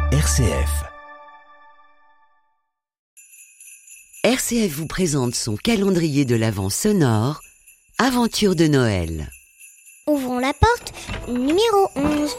RCF. RCF vous présente son calendrier de l'Avent sonore, Aventure de Noël. Ouvrons la porte, numéro 11.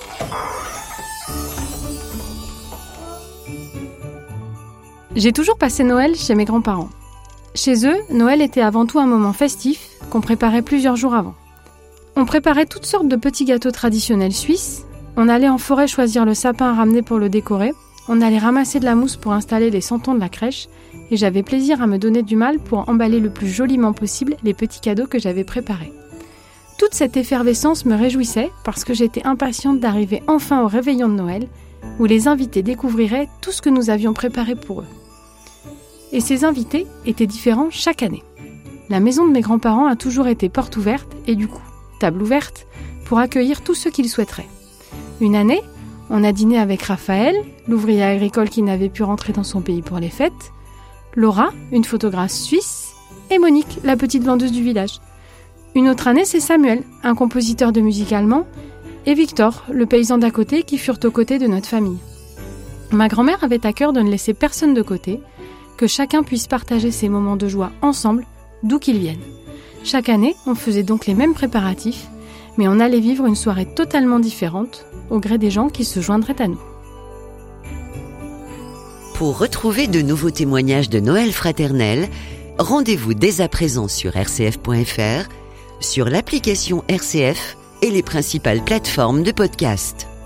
J'ai toujours passé Noël chez mes grands-parents. Chez eux, Noël était avant tout un moment festif qu'on préparait plusieurs jours avant. On préparait toutes sortes de petits gâteaux traditionnels suisses, on allait en forêt choisir le sapin à ramener pour le décorer, on allait ramasser de la mousse pour installer les santons de la crèche, et j'avais plaisir à me donner du mal pour emballer le plus joliment possible les petits cadeaux que j'avais préparés. Toute cette effervescence me réjouissait parce que j'étais impatiente d'arriver enfin au réveillon de Noël, où les invités découvriraient tout ce que nous avions préparé pour eux. Et ces invités étaient différents chaque année. La maison de mes grands-parents a toujours été porte ouverte et du coup, table ouverte, pour accueillir tous ceux qu'ils souhaiteraient. Une année, on a dîné avec Raphaël, l'ouvrier agricole qui n'avait pu rentrer dans son pays pour les fêtes, Laura, une photographe suisse, et Monique, la petite vendeuse du village. Une autre année, c'est Samuel, un compositeur de musique allemand, et Victor, le paysan d'à côté, qui furent aux côtés de notre famille. Ma grand-mère avait à cœur de ne laisser personne de côté, que chacun puisse partager ses moments de joie ensemble, d'où qu'ils viennent. Chaque année, on faisait donc les mêmes préparatifs, mais on allait vivre une soirée totalement différente, au gré des gens qui se joindraient à nous. Pour retrouver de nouveaux témoignages de Noël fraternel, rendez-vous dès à présent sur rcf.fr, sur l'application RCF et les principales plateformes de podcast.